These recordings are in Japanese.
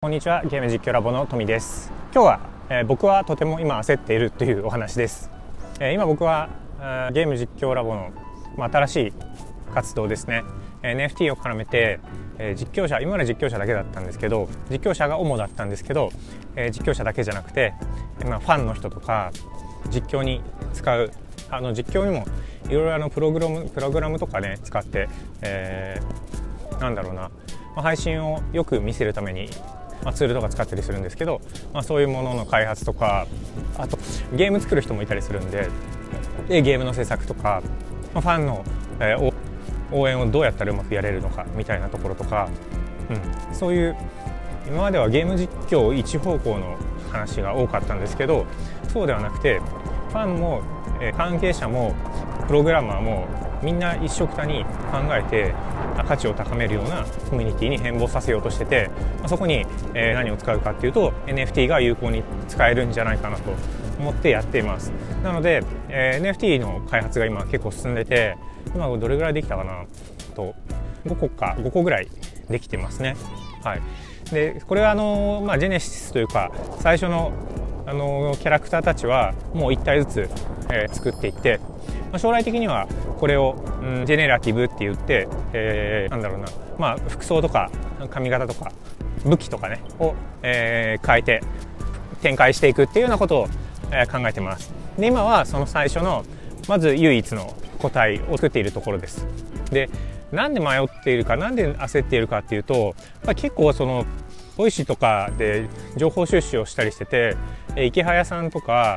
こんにちは、ゲーム実況ラボのトミです。今日は、僕はとても今焦っているというお話です。今僕はゲーム実況ラボの、新しい活動ですね、NFT を絡めて、実況者、今まで実況者だけだったんですけど、実況者が主だったんですけど、実況者だけじゃなくて、ファンの人とか実況に使う実況にもいろいろプログラムとかね使って、配信をよく見せるためにツールとか使ったりするんですけど、そういうものの開発とか、あとゲーム作る人もいたりするんで、ゲームの制作とか、ファンの、応援をどうやったらうまくやれるのかみたいなところとか、そういう今まではゲーム実況一方向の話が多かったんですけど、そうではなくてファンも、関係者もプログラマーもみんな一緒くたに考えて価値を高めるようなコミュニティに変貌させようとしてて、そこに、何を使うかっていうと NFT が有効に使えるんじゃないかなと思ってやっています。なので、NFT の開発が今結構進んでて、今どれぐらいできたかなと5個ぐらいできてますね。はい。でこれはジェネシスというか最初のキャラクターたちはもう1体ずつ、作っていって、将来的にはこれを、ジェネラティブって言って、服装とか髪型とか武器とかねを、変えて展開していくっていうようなことを、考えてます。で今はその最初のまず唯一の個体を作っているところです。でなんで迷っているか、なんで焦っているかっていうと、結構そのボイシーとかで情報収集をしたりしてて、池早さんとか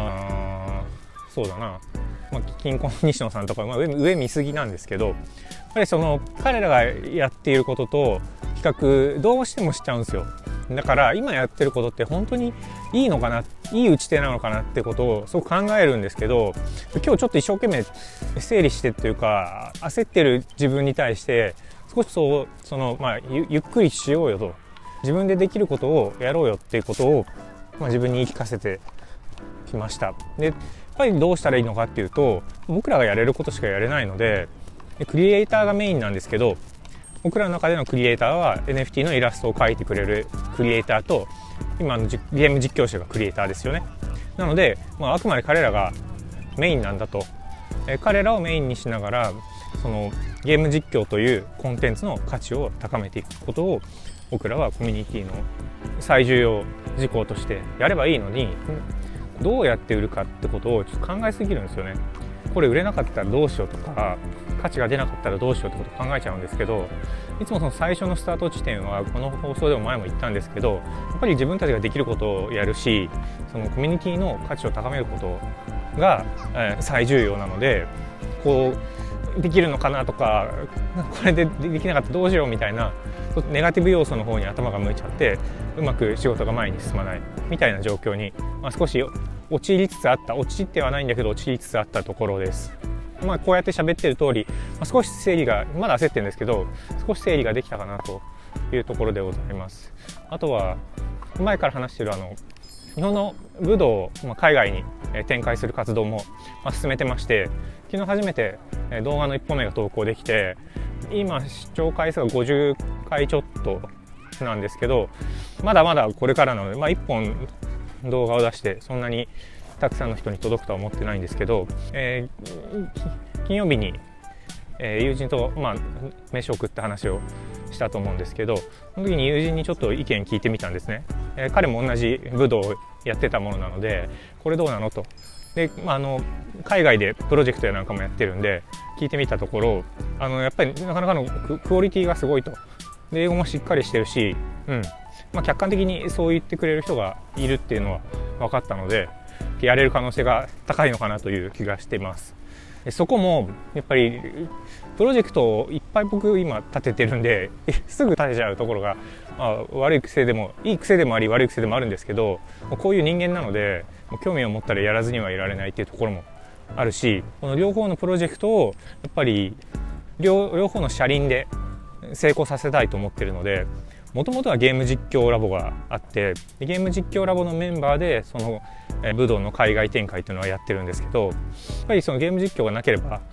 金婚西野さんとか、上見すぎなんですけど、やっぱりその彼らがやっていることと比較どうしてもしちゃうんですよ。だから今やってることって本当にいいのかな、いい打ち手なのかなってことをすごく考えるんですけど、今日ちょっと一生懸命整理してっていうか、焦ってる自分に対して少しゆっくりしようよと、自分でできることをやろうよっていうことを、自分に言い聞かせてきました。でやっぱりどうしたらいいのかっていうと、僕らがやれることしかやれないので、クリエイターがメインなんですけど、僕らの中でのクリエイターは NFT のイラストを描いてくれるクリエイターと、今のゲーム実況者がクリエイターですよね。なので、あくまで彼らがメインなんだと、彼らをメインにしながらそのゲーム実況というコンテンツの価値を高めていくことを、僕らはコミュニティの最重要事項としてやればいいのに、どうやって売るかってことをちょっと考えすぎるんですよね。これ売れなかったらどうしようとか、価値が出なかったらどうしようってことを考えちゃうんですけど、いつもその最初のスタート地点は、この放送でも前も言ったんですけど、やっぱり自分たちができることをやるし、そのコミュニティの価値を高めることが、最重要なので、こうできるのかなとか、これでできなかったらどうしようみたいなネガティブ要素の方に頭が向いちゃって、うまく仕事が前に進まないみたいな状況に、少し陥りつつあった、陥ってはないんだけど陥りつつあったところです。こうやって喋ってる通り、少し整理が、まだ焦ってるんですけど、少し整理ができたかなというところでございます。あとは前から話している日本の武道を海外に展開する活動も進めてまして、昨日初めて動画の1本目が投稿できて、今視聴回数が50回ちょっとなんですけど、まだまだこれからなので、1本動画を出してそんなにたくさんの人に届くとは思ってないんですけど、金曜日に、友人と、飯を食った話をしたと思うんですけど、その時に友人にちょっと意見聞いてみたんですね。彼も同じ武道をやってたものなので、これどうなのと。で、海外でプロジェクトやなんかもやってるんで聞いてみたところ、やっぱりなかなかのクオリティがすごいと。で英語もしっかりしてるし、客観的にそう言ってくれる人がいるっていうのは分かったので、やれる可能性が高いのかなという気がしています。そこもやっぱりプロジェクトをいっぱい僕今立ててるんで、すぐ立てちゃうところが、悪い癖でもいい癖でもあり悪い癖でもあるんですけど、こういう人間なので興味を持ったらやらずにはいられないっていうところもあるし、この両方のプロジェクトをやっぱり両方の車輪で成功させたいと思ってるので、もともとはゲーム実況ラボがあって、ゲーム実況ラボのメンバーでその武道の海外展開というのはやってるんですけど、やっぱりそのゲーム実況がなければ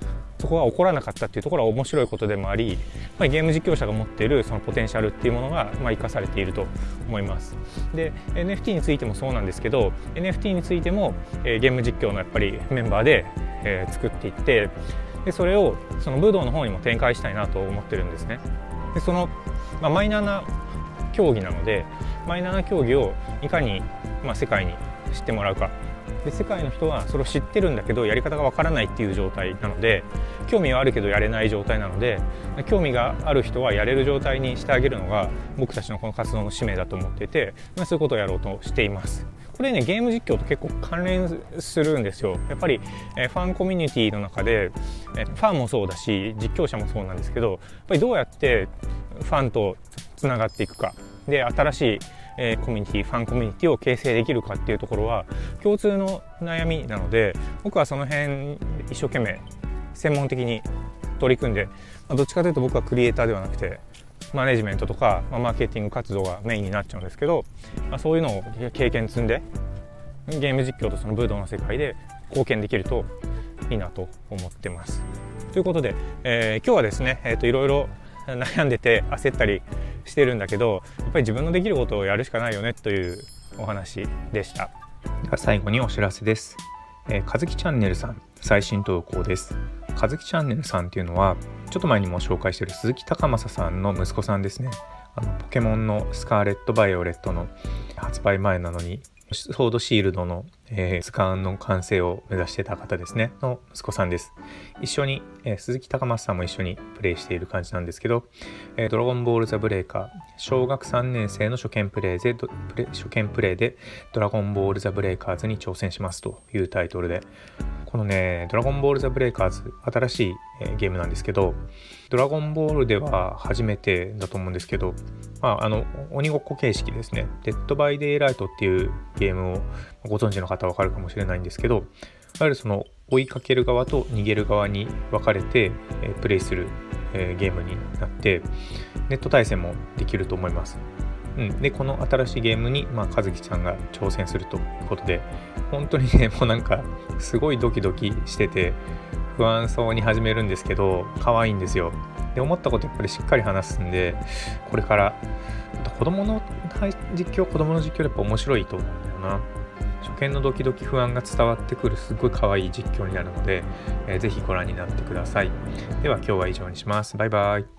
そこが起こらなかったっていうところは面白いことでもあり、やっぱりゲーム実況者が持っているそのポテンシャルっていうものが生かされていると思います。で NFT についてもそうなんですけど、 NFT についても、ゲーム実況のやっぱりメンバーで、作っていって、でそれをその武道の方にも展開したいなと思ってるんですね。でその、マイナーな競技なので、マイナーな競技をいかに、世界に知ってもらうか。で世界の人はそれを知ってるんだけどやり方がわからないっていう状態なので、興味はあるけどやれない状態なので、興味がある人はやれる状態にしてあげるのが僕たちのこの活動の使命だと思っていて、そういうことをやろうとしています。これね、ゲーム実況と結構関連するんですよ。やっぱり、ファンコミュニティの中で、ファンもそうだし実況者もそうなんですけど、やっぱりどうやってファンとつながっていくかで、新しいコミュニティ、ファンコミュニティを形成できるかっていうところは共通の悩みなので、僕はその辺一生懸命専門的に取り組んで、どっちかというと僕はクリエイターではなくてマネジメントとか、マーケティング活動がメインになっちゃうんですけど、そういうのを経験積んでゲーム実況とその武道の世界で貢献できるといいなと思ってます。ということで、今日はですね、いろいろ悩んでて焦ったりしてるんだけど、やっぱり自分のできることをやるしかないよねというお話でした。 では最後にお知らせです。かずきチャンネルさん最新投稿です。かずきチャンネルさんっていうのはちょっと前にも紹介している鈴木高政さんの息子さんですね。ポケモンのスカーレット・バイオレットの発売前なのにソードシールドの、図鑑の完成を目指してた方ですねの息子さんです。一緒に、鈴木高松さんも一緒にプレイしている感じなんですけど、ドラゴンボールザブレイカー小学3年生の初見プレイでドラゴンボールザブレイカーズに挑戦しますというタイトルで、このねドラゴンボールザブレイカーズ新しい、ゲームなんですけど、ドラゴンボールでは初めてだと思うんですけど、鬼ごっこ形式ですね。デッドバイデイライトっていうゲームをご存知の方はわかるかもしれないんですけど、いわゆるその追いかける側と逃げる側に分かれて、プレイする、ゲームになって、ネット対戦もできると思います。でこの新しいゲームに、和樹ちゃんが挑戦するということで、本当にねもうなんかすごいドキドキしてて不安そうに始めるんですけど、可愛いんですよ。で思ったことやっぱりしっかり話すんで、これから子供の実況でやっぱ面白いと思うんだよな。初見のドキドキ不安が伝わってくるすごい可愛い実況になるので、ぜひご覧になってください。では今日は以上にします。バイバイ。